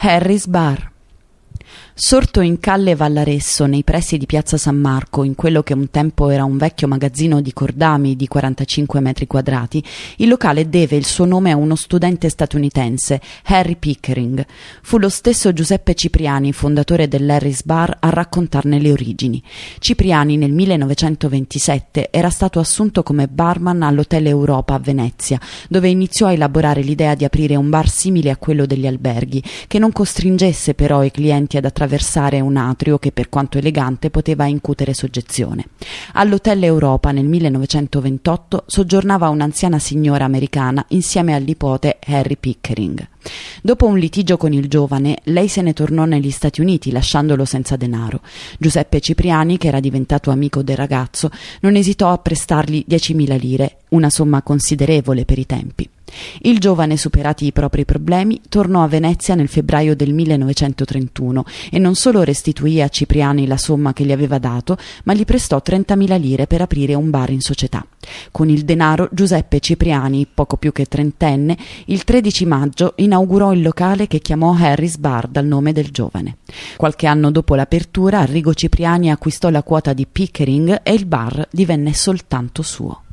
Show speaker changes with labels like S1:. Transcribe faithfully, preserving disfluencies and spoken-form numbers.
S1: Harry's Bar. Sorto in Calle Vallaresso, nei pressi di Piazza San Marco, in quello che un tempo era un vecchio magazzino di cordami di quarantacinque metri quadrati, il locale deve il suo nome a uno studente statunitense, Harry Pickering. Fu lo stesso Giuseppe Cipriani, fondatore dell'Harry's Bar, a raccontarne le origini. Cipriani nel millenovecentoventisette era stato assunto come barman all'Hotel Europa a Venezia, dove iniziò a elaborare l'idea di aprire un bar simile a quello degli alberghi, che non costringesse però i clienti ad attraversare un atrio che, per quanto elegante, poteva incutere soggezione. All'Hotel Europa nel millenovecentoventotto soggiornava un'anziana signora americana insieme al nipote Harry Pickering. Dopo un litigio con il giovane, lei se ne tornò negli Stati Uniti lasciandolo senza denaro. Giuseppe Cipriani, che era diventato amico del ragazzo, non esitò a prestargli diecimila lire, una somma considerevole per i tempi. Il giovane, superati i propri problemi, tornò a Venezia nel febbraio del millenovecentotrentuno e non solo restituì a Cipriani la somma che gli aveva dato, ma gli prestò trentamila lire per aprire un bar in società. Con il denaro Giuseppe Cipriani, poco più che trentenne, il tredici maggio inaugurò il locale che chiamò Harry's Bar dal nome del giovane. Qualche anno dopo l'apertura, Arrigo Cipriani acquistò la quota di Pickering e il bar divenne soltanto suo.